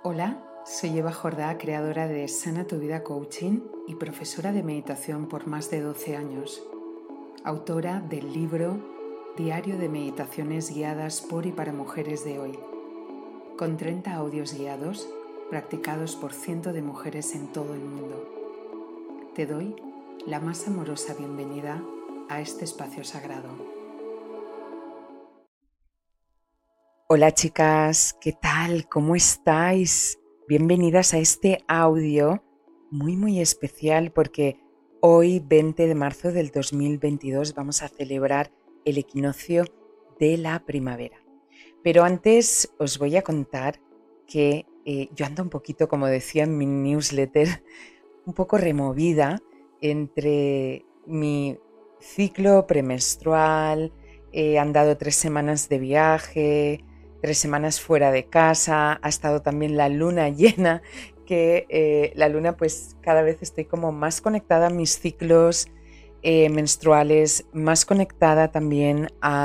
Hola, soy Eva Jordá, creadora de Sana tu Vida Coaching y profesora de meditación por más de 12 años, autora del libro Diario de Meditaciones Guiadas por y para Mujeres de Hoy, con 30 audios guiados practicados por cientos de mujeres en todo el mundo. Te doy la más amorosa bienvenida a este espacio sagrado. Hola chicas, ¿qué tal? ¿Cómo estáis? Bienvenidas a este audio muy especial porque hoy 20 de marzo del 2022 vamos a celebrar el equinoccio de la primavera. Pero antes os voy a contar que yo ando un poquito, como decía en mi newsletter, un poco removida entre mi ciclo premenstrual, he andado 3 semanas de viaje, 3 semanas fuera de casa, ha estado también la luna llena, que la luna pues cada vez estoy como más conectada a mis ciclos menstruales, más conectada también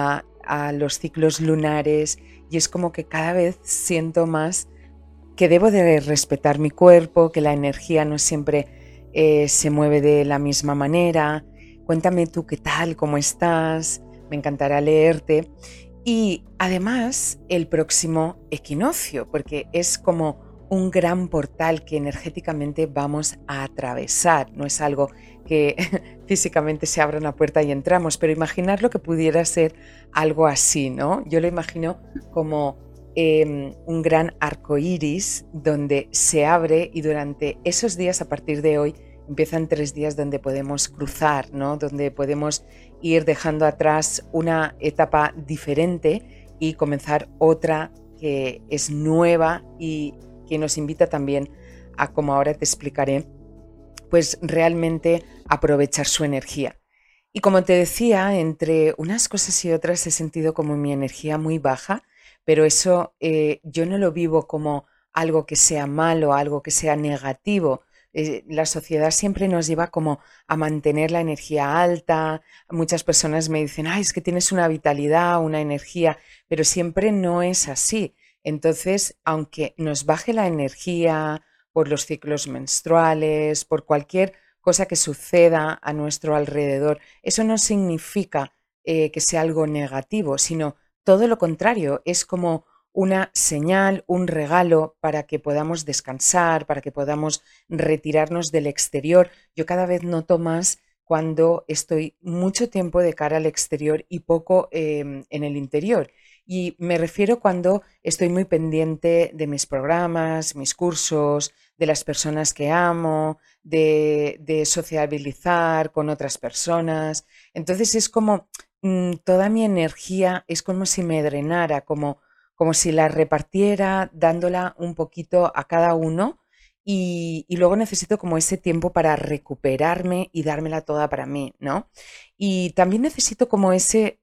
a los ciclos lunares, y es como que cada vez siento más que debo de respetar mi cuerpo, que la energía no siempre se mueve de la misma manera. Cuéntame tú qué tal, cómo estás, me encantará leerte. Y además el próximo equinoccio, porque es como un gran portal que energéticamente vamos a atravesar. No es algo que físicamente se abra una puerta y entramos, pero imaginar lo que pudiera ser algo así, ¿no? Yo lo imagino como un gran arco iris donde se abre, y durante esos días, a partir de hoy, empiezan 3 días donde podemos cruzar, ¿no? Donde podemos ir dejando atrás una etapa diferente y comenzar otra que es nueva y que nos invita también a, como ahora te explicaré, pues realmente aprovechar su energía. Y como te decía, entre unas cosas y otras he sentido como mi energía muy baja, pero eso yo no lo vivo como algo que sea malo, algo que sea negativo. La sociedad siempre nos lleva como a mantener la energía alta. Muchas personas me dicen, ay, es que tienes una vitalidad, una energía, pero siempre no es así. Entonces, aunque nos baje la energía por los ciclos menstruales, por cualquier cosa que suceda a nuestro alrededor, eso no significa que sea algo negativo, sino todo lo contrario, es como una señal, un regalo para que podamos descansar, para que podamos retirarnos del exterior. Yo cada vez noto más cuando estoy mucho tiempo de cara al exterior y poco en el interior. Y me refiero cuando estoy muy pendiente de mis programas, mis cursos, de las personas que amo, de sociabilizar con otras personas. Entonces es como toda mi energía es como si me drenara, como si la repartiera dándola un poquito a cada uno, y luego necesito como ese tiempo para recuperarme y dármela toda para mí, ¿no? Y también necesito como ese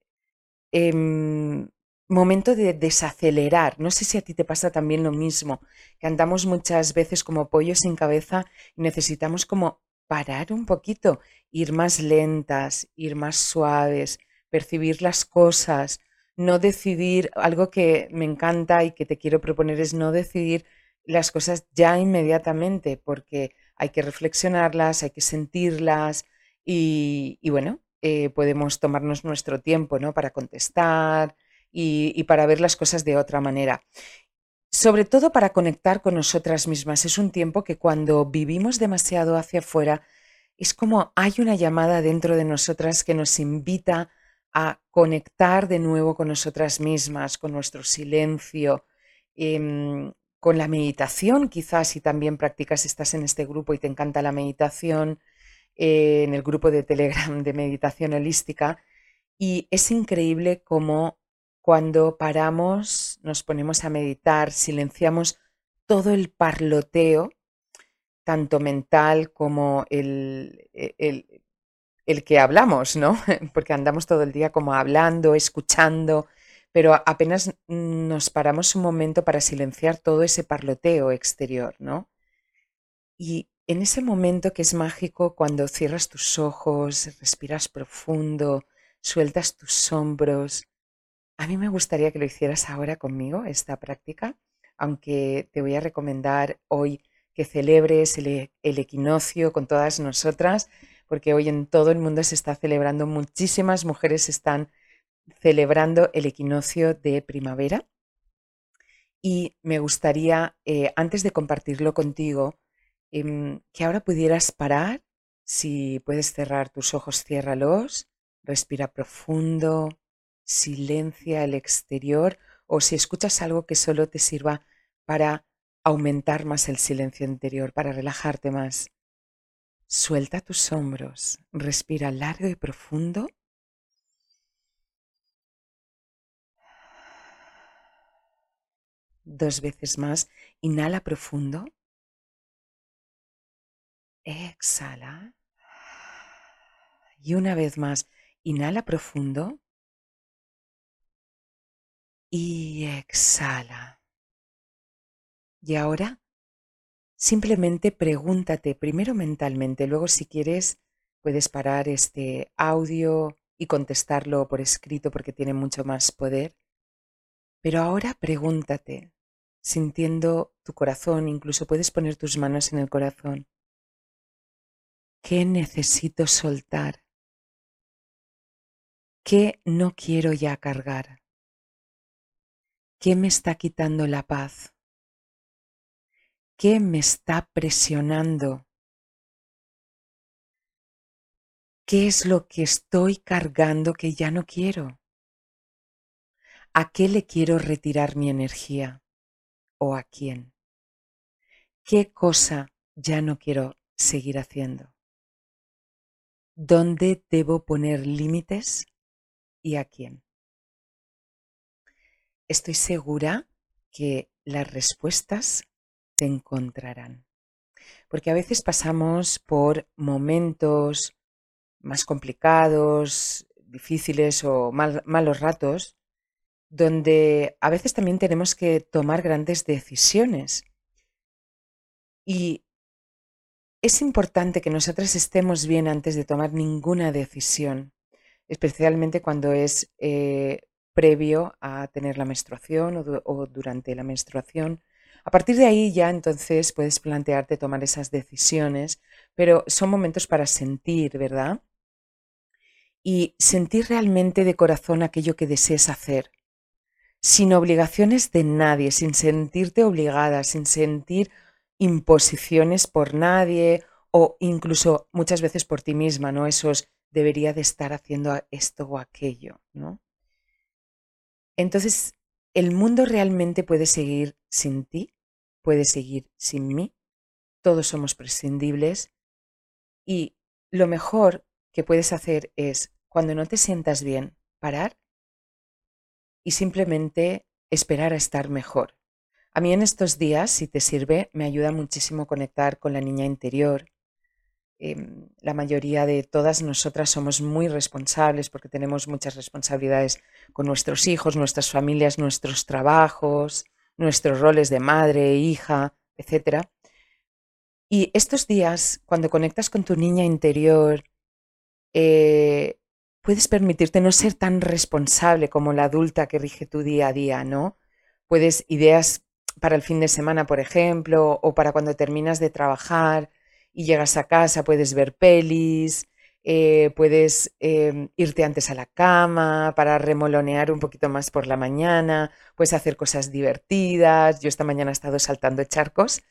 em, momento de desacelerar. No sé si a ti te pasa también lo mismo, que andamos muchas veces como pollos sin cabeza y necesitamos como parar un poquito, ir más lentas, ir más suaves, percibir las cosas, no decidir. Algo que me encanta y que te quiero proponer es no decidir las cosas ya inmediatamente, porque hay que reflexionarlas, hay que sentirlas y bueno, podemos tomarnos nuestro tiempo, ¿no? Para contestar y para ver las cosas de otra manera. Sobre todo para conectar con nosotras mismas. Es un tiempo que cuando vivimos demasiado hacia afuera, es como hay una llamada dentro de nosotras que nos invita a conectar de nuevo con nosotras mismas, con nuestro silencio, con la meditación. Quizás si también practicas, estás en este grupo y te encanta la meditación, en el grupo de Telegram de meditación holística, y es increíble cómo cuando paramos, nos ponemos a meditar, silenciamos todo el parloteo, tanto mental como el que hablamos, ¿no? Porque andamos todo el día como hablando, escuchando, pero apenas nos paramos un momento para silenciar todo ese parloteo exterior, ¿no? Y en ese momento que es mágico, cuando cierras tus ojos, respiras profundo, sueltas tus hombros, a mí me gustaría que lo hicieras ahora conmigo, esta práctica. aunque te voy a recomendar hoy que celebres el equinoccio con todas nosotras, porque hoy en todo el mundo se está celebrando, muchísimas mujeres están celebrando el equinoccio de primavera y me gustaría, antes de compartirlo contigo, que ahora pudieras parar. Si puedes cerrar tus ojos, ciérralos, respira profundo, silencia el exterior, o si escuchas algo que solo te sirva para aumentar más el silencio interior, para relajarte más. Suelta tus hombros, respira largo y profundo. Dos veces más, inhala profundo, exhala. Y una vez más, inhala profundo y exhala. Y ahora simplemente pregúntate, primero mentalmente, luego si quieres puedes parar este audio y contestarlo por escrito porque tiene mucho más poder. Pero ahora pregúntate, sintiendo tu corazón, incluso puedes poner tus manos en el corazón. ¿Qué necesito soltar? ¿Qué no quiero ya cargar? ¿Qué me está quitando la paz? ¿Qué me está presionando? ¿Qué es lo que estoy cargando que ya no quiero? ¿A qué le quiero retirar mi energía? ¿O a quién? ¿Qué cosa ya no quiero seguir haciendo? ¿Dónde debo poner límites y a quién? Estoy segura que las respuestas te encontrarán. Porque a veces pasamos por momentos más complicados, difíciles o malos ratos, donde a veces también tenemos que tomar grandes decisiones. Y es importante que nosotras estemos bien antes de tomar ninguna decisión, especialmente cuando es previo a tener la menstruación o durante la menstruación. A partir de ahí ya entonces puedes plantearte tomar esas decisiones, pero son momentos para sentir, ¿verdad? Y sentir realmente de corazón aquello que desees hacer, sin obligaciones de nadie, sin sentirte obligada, sin sentir imposiciones por nadie o incluso muchas veces por ti misma, ¿no? Esos debería de estar haciendo esto o aquello, ¿no? Entonces, el mundo realmente puede seguir sin ti, puede seguir sin mí, todos somos prescindibles y lo mejor que puedes hacer es, cuando no te sientas bien, parar y simplemente esperar a estar mejor. A mí en estos días, si te sirve, me ayuda muchísimo conectar con la niña interior. La mayoría de todas nosotras somos muy responsables porque tenemos muchas responsabilidades con nuestros hijos, nuestras familias, nuestros trabajos, nuestros roles de madre, hija, etcétera. Y estos días, cuando conectas con tu niña interior, eh, puedes permitirte no ser tan responsable como la adulta que rige tu día a día, ¿no? Puedes ideas para el fin de semana, por ejemplo, o para cuando terminas de trabajar y llegas a casa, puedes ver pelis, puedes irte antes a la cama para remolonear un poquito más por la mañana, puedes hacer cosas divertidas. Yo esta mañana he estado saltando charcos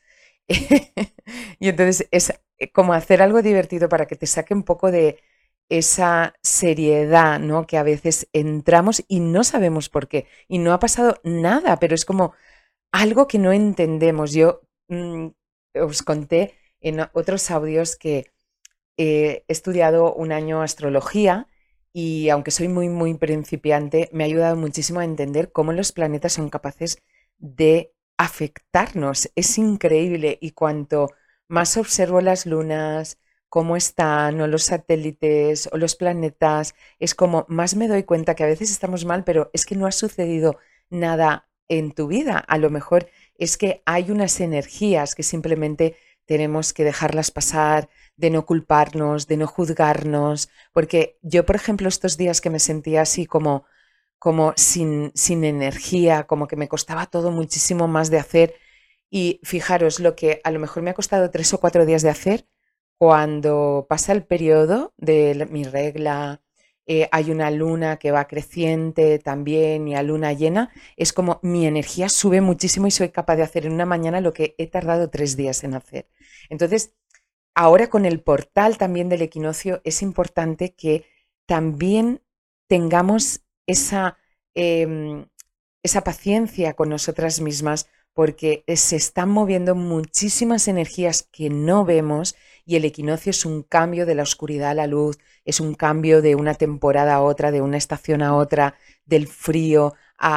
y entonces es como hacer algo divertido para que te saque un poco de esa seriedad, ¿no? Que a veces entramos y no sabemos por qué. Y no ha pasado nada, pero es como algo que no entendemos. Yo os conté en otros audios que he estudiado un año astrología y aunque soy muy, muy principiante, me ha ayudado muchísimo a entender cómo los planetas son capaces de afectarnos. Es increíble y cuanto más observo las lunas, cómo están, o los satélites, o los planetas, es como más me doy cuenta que a veces estamos mal, pero es que no ha sucedido nada en tu vida. A lo mejor es que hay unas energías que simplemente tenemos que dejarlas pasar, de no culparnos, de no juzgarnos, porque yo, por ejemplo, estos días que me sentía así como como sin energía, como que me costaba todo muchísimo más de hacer. Y fijaros, lo que a lo mejor me ha costado 3 o 4 días de hacer, cuando pasa el periodo de mi regla, hay una luna que va creciente también y a luna llena, es como mi energía sube muchísimo y soy capaz de hacer en una mañana lo que he tardado 3 días en hacer. Entonces, ahora con el portal también del equinoccio es importante que también tengamos em, esa paciencia con nosotras mismas porque se están moviendo muchísimas energías que no vemos y el equinoccio es un cambio de la oscuridad a la luz, es un cambio de una temporada a otra, de una estación a otra, del frío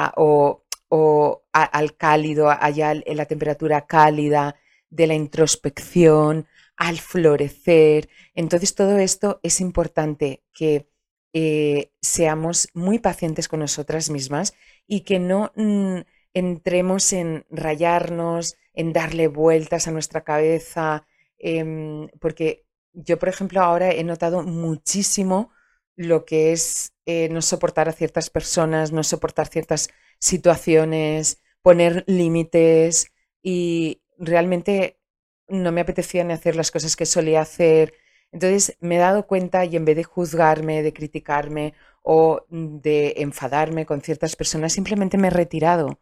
al cálido, allá en la temperatura cálida, de la introspección al florecer. Entonces todo esto es importante que seamos muy pacientes con nosotras mismas y que no entremos en rayarnos, en darle vueltas a nuestra cabeza, porque yo, por ejemplo, ahora he notado muchísimo lo que es no soportar a ciertas personas, no soportar ciertas situaciones, poner límites y realmente no me apetecía ni hacer las cosas que solía hacer. Entonces me he dado cuenta y en vez de juzgarme, de criticarme o de enfadarme con ciertas personas, simplemente me he retirado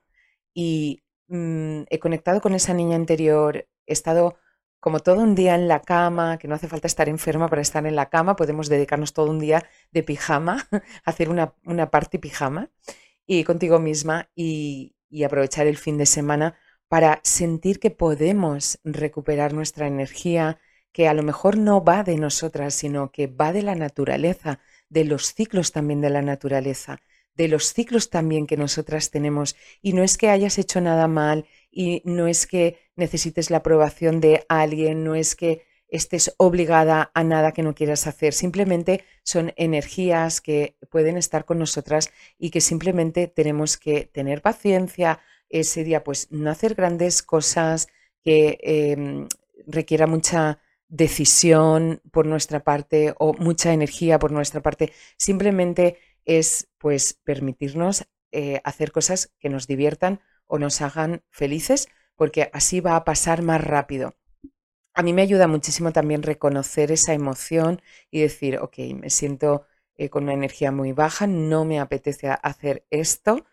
y he conectado con esa niña interior. He estado como todo un día en la cama, que no hace falta estar enferma para estar en la cama, podemos dedicarnos todo un día de pijama, hacer una party pijama y contigo misma y aprovechar el fin de semana para sentir que podemos recuperar nuestra energía, que a lo mejor no va de nosotras, sino que va de la naturaleza, de los ciclos también de la naturaleza, de los ciclos también que nosotras tenemos. Y no es que hayas hecho nada mal y no es que necesites la aprobación de alguien, no es que estés obligada a nada que no quieras hacer, simplemente son energías que pueden estar con nosotras y que simplemente tenemos que tener paciencia ese día, pues no hacer grandes cosas que requiera mucha decisión por nuestra parte o mucha energía por nuestra parte, simplemente es pues permitirnos hacer cosas que nos diviertan o nos hagan felices, porque así va a pasar más rápido. A mí me ayuda muchísimo también reconocer esa emoción y decir, ok, me siento con una energía muy baja, no me apetece hacer esto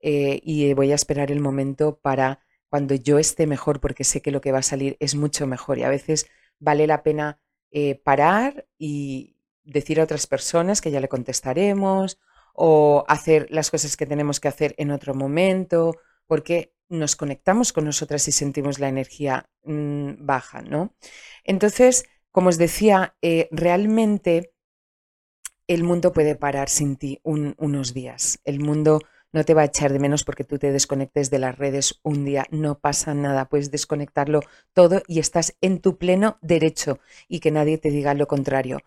y voy a esperar el momento para cuando yo esté mejor, porque sé que lo que va a salir es mucho mejor y a veces vale la pena parar y decir a otras personas que ya le contestaremos o hacer las cosas que tenemos que hacer en otro momento, porque nos conectamos con nosotras y sentimos la energía baja, ¿no? Entonces, como os decía, realmente el mundo puede parar sin ti unos días. El mundo no te va a echar de menos porque tú te desconectes de las redes un día. No pasa nada, puedes desconectarlo todo y estás en tu pleno derecho y que nadie te diga lo contrario.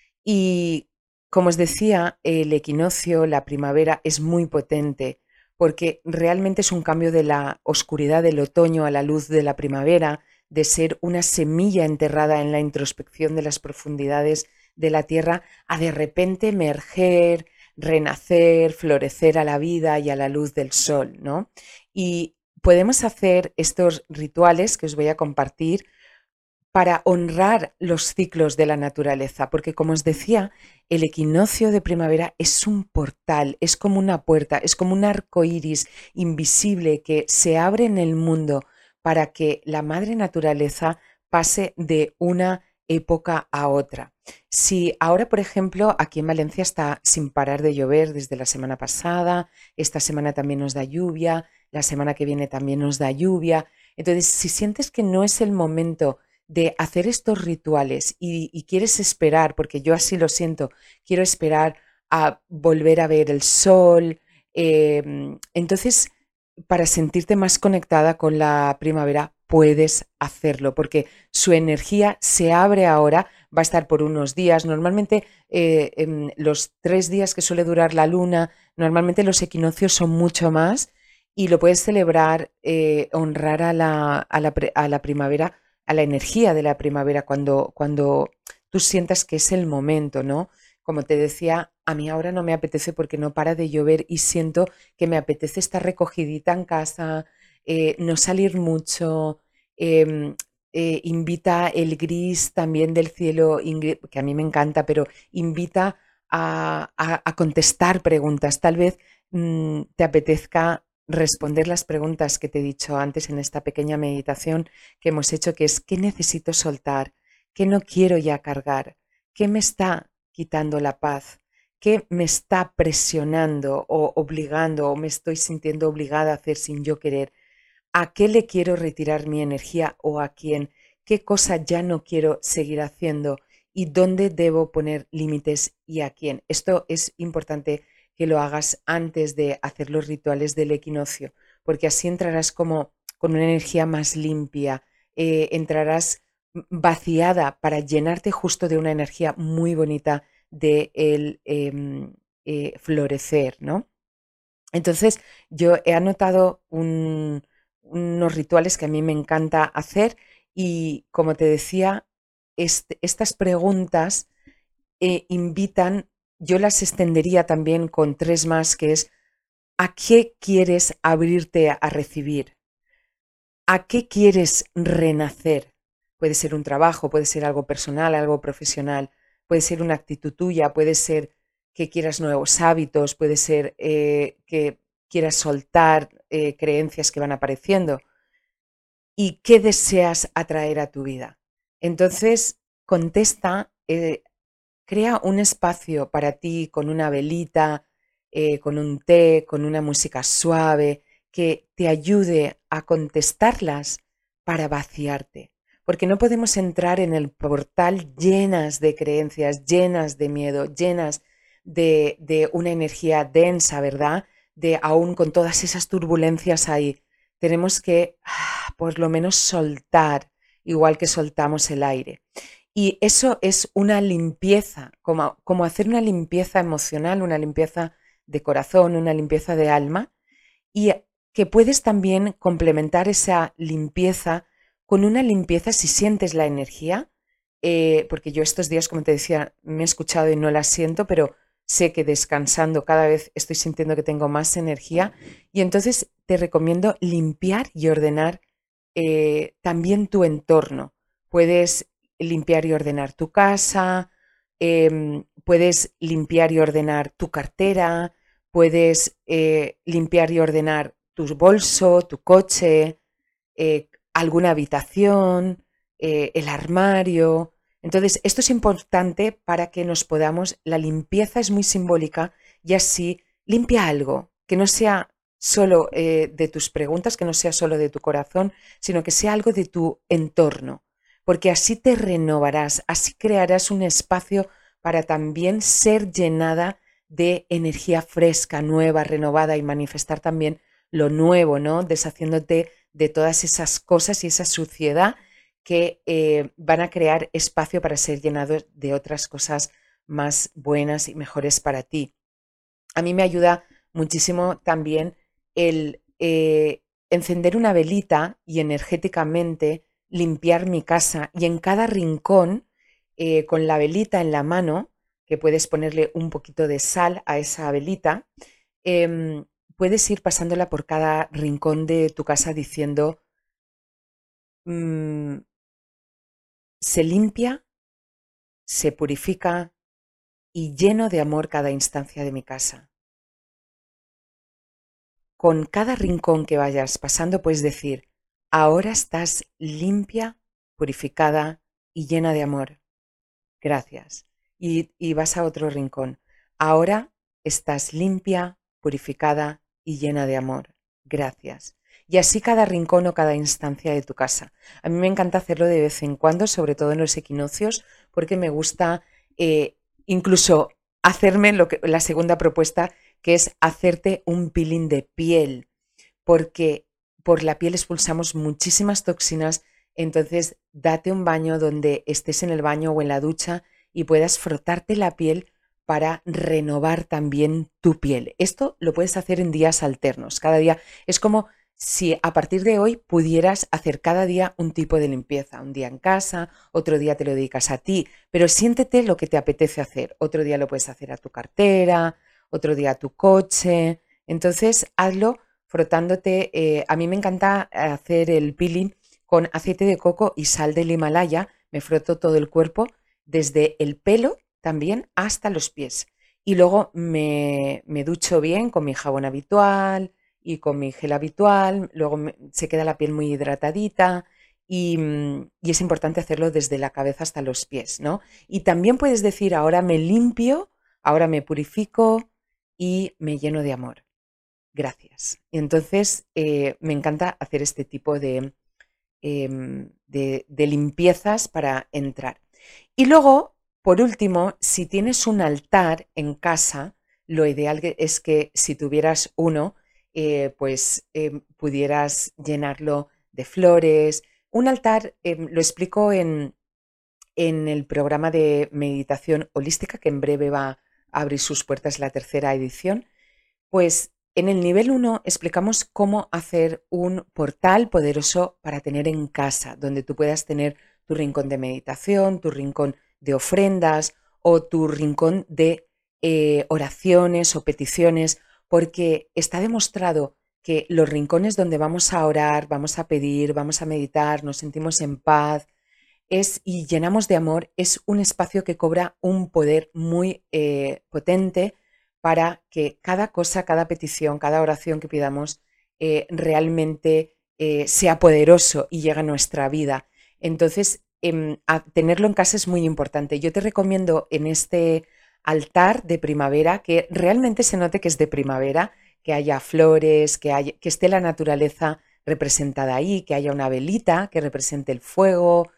Y como os decía, el equinoccio, la primavera, es muy potente porque realmente es un cambio de la oscuridad del otoño a la luz de la primavera, de ser una semilla enterrada en la introspección de las profundidades de la tierra, a de repente emerger, renacer, florecer a la vida y a la luz del sol, ¿no? Y podemos hacer estos rituales que os voy a compartir para honrar los ciclos de la naturaleza, porque como os decía, el equinoccio de primavera es un portal, es como una puerta, es como un arco iris invisible que se abre en el mundo para que la madre naturaleza pase de una época a otra. Si ahora, por ejemplo, aquí en Valencia está sin parar de llover desde la semana pasada, esta semana también nos da lluvia, la semana que viene también nos da lluvia. Entonces, si sientes que no es el momento de hacer estos rituales y quieres esperar, porque yo así lo siento, quiero esperar a volver a ver el sol, entonces para sentirte más conectada con la primavera puedes hacerlo, porque su energía se abre ahora, va a estar por unos días, normalmente los 3 días que suele durar la luna, normalmente los equinoccios son mucho más y lo puedes celebrar, honrar a la primavera, a la energía de la primavera cuando tú sientas que es el momento, ¿no? como te decía, a mí ahora no me apetece porque no para de llover y siento que me apetece estar recogidita en casa, no salir mucho. em, Invita el gris también del cielo, que a mí me encanta, pero invita a contestar preguntas. Tal vez te apetezca responder las preguntas que te he dicho antes en esta pequeña meditación que hemos hecho, que es ¿qué necesito soltar? ¿Qué no quiero ya cargar? ¿Qué me está quitando la paz? ¿Qué me está presionando o obligando o me estoy sintiendo obligada a hacer sin yo querer? ¿A qué le quiero retirar mi energía o a quién? ¿Qué cosa ya no quiero seguir haciendo? ¿Y dónde debo poner límites y a quién? Esto es importante que lo hagas antes de hacer los rituales del equinoccio, porque así entrarás como con una energía más limpia, entrarás vaciada para llenarte justo de una energía muy bonita de el florecer, ¿no? Entonces, yo he anotado unos rituales que a mí me encanta hacer y, como te decía, estas preguntas invitan, yo las extendería también con tres más, que es ¿a qué quieres abrirte a recibir? ¿A qué quieres renacer? Puede ser un trabajo, puede ser algo personal, algo profesional, puede ser una actitud tuya, puede ser que quieras nuevos hábitos, puede ser que quieras soltar creencias que van apareciendo. ¿Y qué deseas atraer a tu vida? Entonces, contesta, crea un espacio para ti con una velita, con un té, con una música suave, que te ayude a contestarlas para vaciarte. Porque no podemos entrar en el portal llenas de creencias, llenas de miedo, llenas de una energía densa, ¿verdad? De aún con todas esas turbulencias ahí. Tenemos que, por lo menos, soltar, igual que soltamos el aire. Y eso es una limpieza, como hacer una limpieza emocional, una limpieza de corazón, una limpieza de alma, y que puedes también complementar esa limpieza con una limpieza si sientes la energía, porque yo estos días, como te decía, me he escuchado y no la siento, pero sé que descansando cada vez estoy sintiendo que tengo más energía, y entonces te recomiendo limpiar y ordenar también tu entorno. Puedes limpiar y ordenar tu casa, puedes limpiar y ordenar tu cartera, puedes limpiar y ordenar tu bolso, tu coche, alguna habitación, el armario. Entonces, esto es importante para que nos podamos, la limpieza es muy simbólica y así limpia algo, que no sea solo de tus preguntas, que no sea solo de tu corazón, sino que sea algo de tu entorno, porque así te renovarás, así crearás un espacio para también ser llenada de energía fresca, nueva, renovada y manifestar también lo nuevo, ¿no? Deshaciéndote de todas esas cosas y esa suciedad que van a crear espacio para ser llenados de otras cosas más buenas y mejores para ti. A mí me ayuda muchísimo también el encender una velita y energéticamente limpiar mi casa y en cada rincón, con la velita en la mano, que puedes ponerle un poquito de sal a esa velita, em, puedes ir pasándola por cada rincón de tu casa diciendo, mm, se limpia, se purifica y lleno de amor cada instancia de mi casa. Con cada rincón que vayas pasando puedes decir, ahora estás limpia, purificada y llena de amor. Gracias. Y vas a otro rincón. Ahora estás limpia, purificada y llena de amor. Gracias. Y así cada rincón o cada instancia de tu casa. A mí me encanta hacerlo de vez en cuando, sobre todo en los equinoccios, porque me gusta incluso hacerme la segunda propuesta, que es hacerte un peeling de piel, porque por la piel expulsamos muchísimas toxinas. Entonces date un baño donde estés en el baño o en la ducha y puedas frotarte la piel para renovar también tu piel. Esto lo puedes hacer en días alternos. Cada día es como si a partir de hoy pudieras hacer cada día un tipo de limpieza, un día en casa, otro día te lo dedicas a ti, pero siéntete lo que te apetece hacer. Otro día lo puedes hacer a tu cartera, otro día a tu coche. Entonces, hazlo frotándote. A mí me encanta hacer el peeling con aceite de coco y sal del Himalaya. Me froto todo el cuerpo, desde el pelo también hasta los pies. Y luego me ducho bien con mi jabón habitual y con mi gel habitual, luego se queda la piel muy hidratadita y es importante hacerlo desde la cabeza hasta los pies, ¿no? Y también puedes decir, ahora me limpio, ahora me purifico y me lleno de amor. Gracias. Y entonces me encanta hacer este tipo de limpiezas para entrar. Y luego, por último, si tienes un altar en casa, lo ideal es que si tuvieras uno, pudieras llenarlo de flores. Un altar, lo explico en el programa de meditación holística, que en breve va a abrir sus puertas la tercera edición. Pues en el nivel 1 explicamos cómo hacer un portal poderoso para tener en casa, donde tú puedas tener tu rincón de meditación, tu rincón de ofrendas o tu rincón de oraciones o peticiones, porque está demostrado que los rincones donde vamos a orar, vamos a pedir, vamos a meditar, nos sentimos en paz y llenamos de amor, es un espacio que cobra un poder muy potente para que cada cosa, cada petición, cada oración que pidamos realmente sea poderoso y llegue a nuestra vida. Entonces, tenerlo en casa es muy importante. Yo te recomiendo en este altar de primavera que realmente se note que es de primavera, que haya flores, que esté la naturaleza representada ahí, que haya una velita que represente el fuego,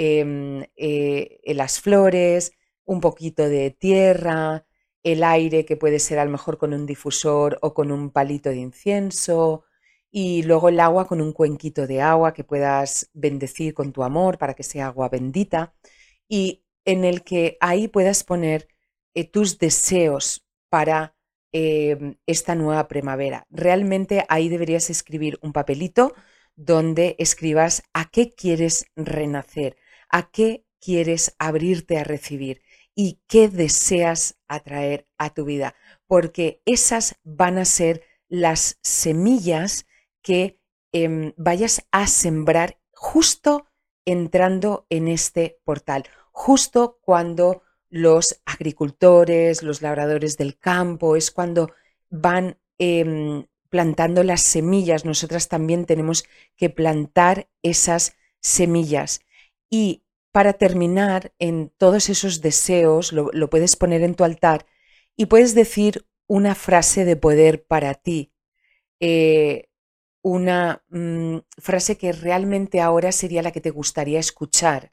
las flores, un poquito de tierra, el aire que puede ser a lo mejor con un difusor o con un palito de incienso y luego el agua con un cuenquito de agua que puedas bendecir con tu amor para que sea agua bendita y en el que ahí puedas poner tus deseos para esta nueva primavera. Realmente ahí deberías escribir un papelito donde escribas a qué quieres renacer, a qué quieres abrirte a recibir y qué deseas atraer a tu vida, porque esas van a ser las semillas que vayas a sembrar justo entrando en este portal, justo cuando los agricultores, los labradores del campo, es cuando van plantando las semillas. Nosotras también tenemos que plantar esas semillas. Y para terminar, en todos esos deseos, lo puedes poner en tu altar y puedes decir una frase de poder para ti, eh, una frase que realmente ahora sería la que te gustaría escuchar.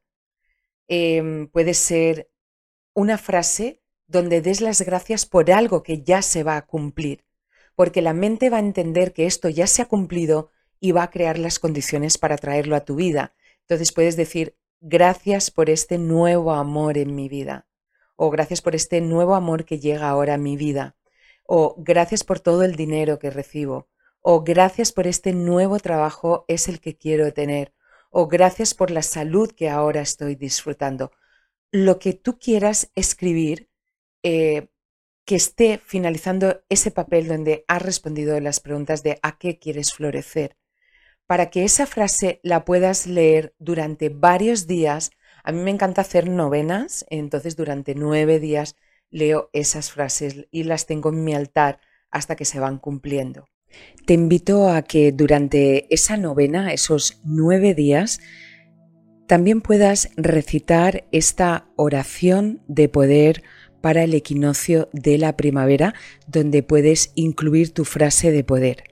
Puede ser una frase donde des las gracias por algo que ya se va a cumplir, porque la mente va a entender que esto ya se ha cumplido y va a crear las condiciones para traerlo a tu vida. Entonces puedes decir, gracias por este nuevo amor en mi vida, o gracias por este nuevo amor que llega ahora a mi vida, o gracias por todo el dinero que recibo, o gracias por este nuevo trabajo es el que quiero tener, o gracias por la salud que ahora estoy disfrutando. Lo que tú quieras escribir eh, que esté finalizando ese papel donde has respondido las preguntas de a qué quieres florecer, para que esa frase la puedas leer durante varios días. A mí me encanta hacer novenas, entonces durante 9 días leo esas frases y las tengo en mi altar hasta que se van cumpliendo. Te invito a que durante esa novena, esos 9 días, también puedas recitar esta oración de poder para el equinoccio de la primavera, donde puedes incluir tu frase de poder.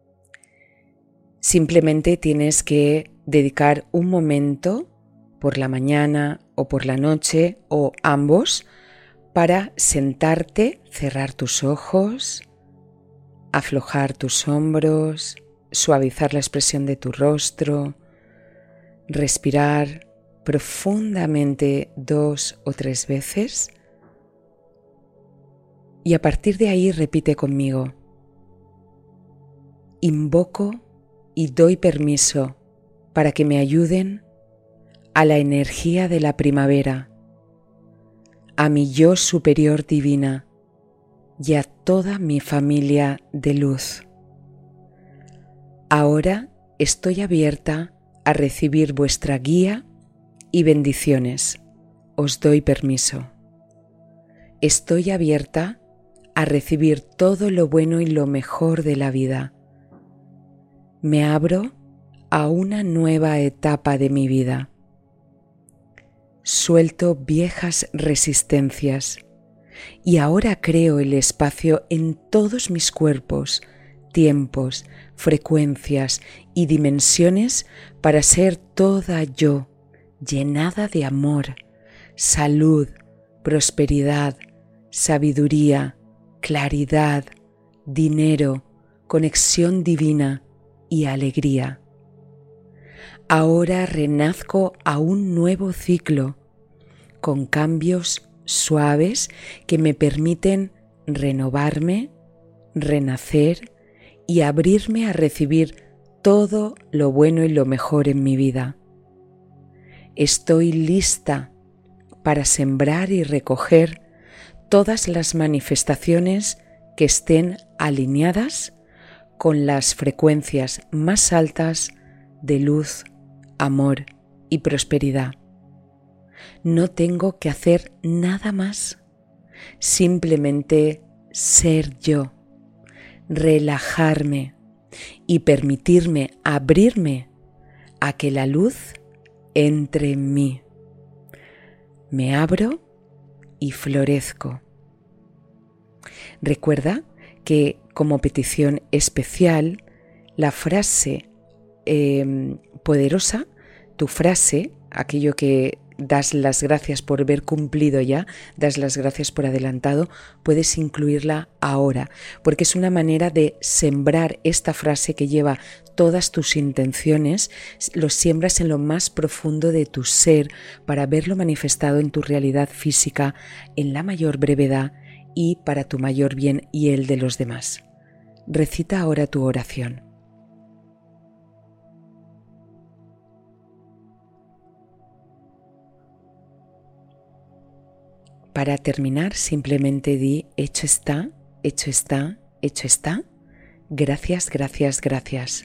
Simplemente tienes que dedicar un momento por la mañana o por la noche o ambos para sentarte, cerrar tus ojos, aflojar tus hombros, suavizar la expresión de tu rostro, respirar profundamente 2 o 3 veces y a partir de ahí repite conmigo: invoco y doy permiso para que me ayuden a la energía de la primavera, a mi yo superior divina y a toda mi familia de luz. Ahora estoy abierta a recibir vuestra guía y bendiciones. Os doy permiso. Estoy abierta a recibir todo lo bueno y lo mejor de la vida. Me abro a una nueva etapa de mi vida. Suelto viejas resistencias y ahora creo el espacio en todos mis cuerpos, tiempos, frecuencias y dimensiones para ser toda yo, llenada de amor, salud, prosperidad, sabiduría, claridad, dinero, conexión divina y alegría. Ahora renazco a un nuevo ciclo, con cambios suaves que me permiten renovarme, renacer y abrirme a recibir todo lo bueno y lo mejor en mi vida. Estoy lista para sembrar y recoger todas las manifestaciones que estén alineadas con las frecuencias más altas de luz, amor y prosperidad. No tengo que hacer nada más, simplemente ser yo, relajarme y permitirme abrirme a que la luz entre en mí. Me abro y florezco. Recuerda que como petición especial, la frase poderosa, tu frase, aquello que das las gracias por haber cumplido ya, das las gracias por adelantado, puedes incluirla ahora, porque es una manera de sembrar esta frase que lleva todas tus intenciones, lo siembras en lo más profundo de tu ser para verlo manifestado en tu realidad física en la mayor brevedad y para tu mayor bien y el de los demás. Recita ahora tu oración. Para terminar, simplemente di: hecho está, hecho está, hecho está. Gracias, gracias, gracias.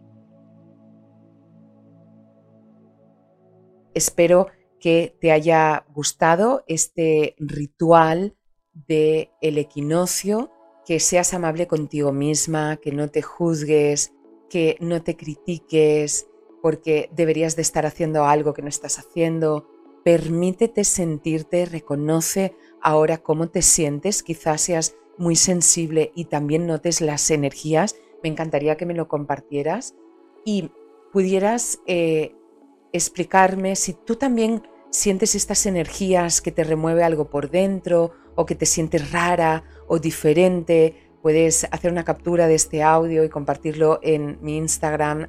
Espero que te haya gustado este ritual del equinoccio, que seas amable contigo misma, que no te juzgues, que no te critiques porque deberías de estar haciendo algo que no estás haciendo. Permítete sentirte, reconoce ahora cómo te sientes, quizás seas muy sensible y también notes las energías. Me encantaría que me lo compartieras y pudieras explicarme si tú también sientes estas energías, que te remueve algo por dentro o que te sientes rara o diferente. Puedes hacer una captura de este audio y compartirlo en mi Instagram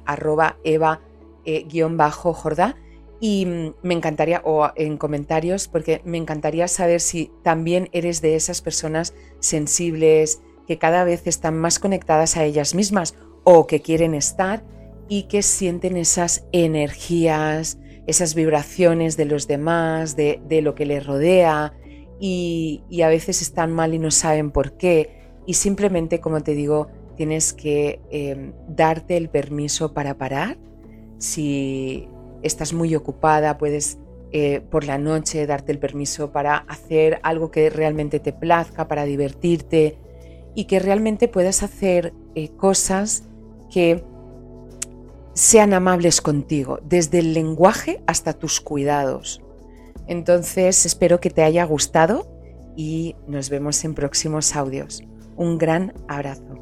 @eva_jordá. Y me encantaría, o en comentarios, porque me encantaría saber si también eres de esas personas sensibles que cada vez están más conectadas a ellas mismas o que quieren estar y que sienten esas energías, esas vibraciones de los demás, de lo que les rodea y a veces están mal y no saben por qué. Y simplemente, como te digo, tienes que darte el permiso para parar. Si estás muy ocupada, puedes por la noche darte el permiso para hacer algo que realmente te plazca, para divertirte y que realmente puedas hacer cosas que sean amables contigo, desde el lenguaje hasta tus cuidados. Entonces, espero que te haya gustado y nos vemos en próximos audios. Un gran abrazo.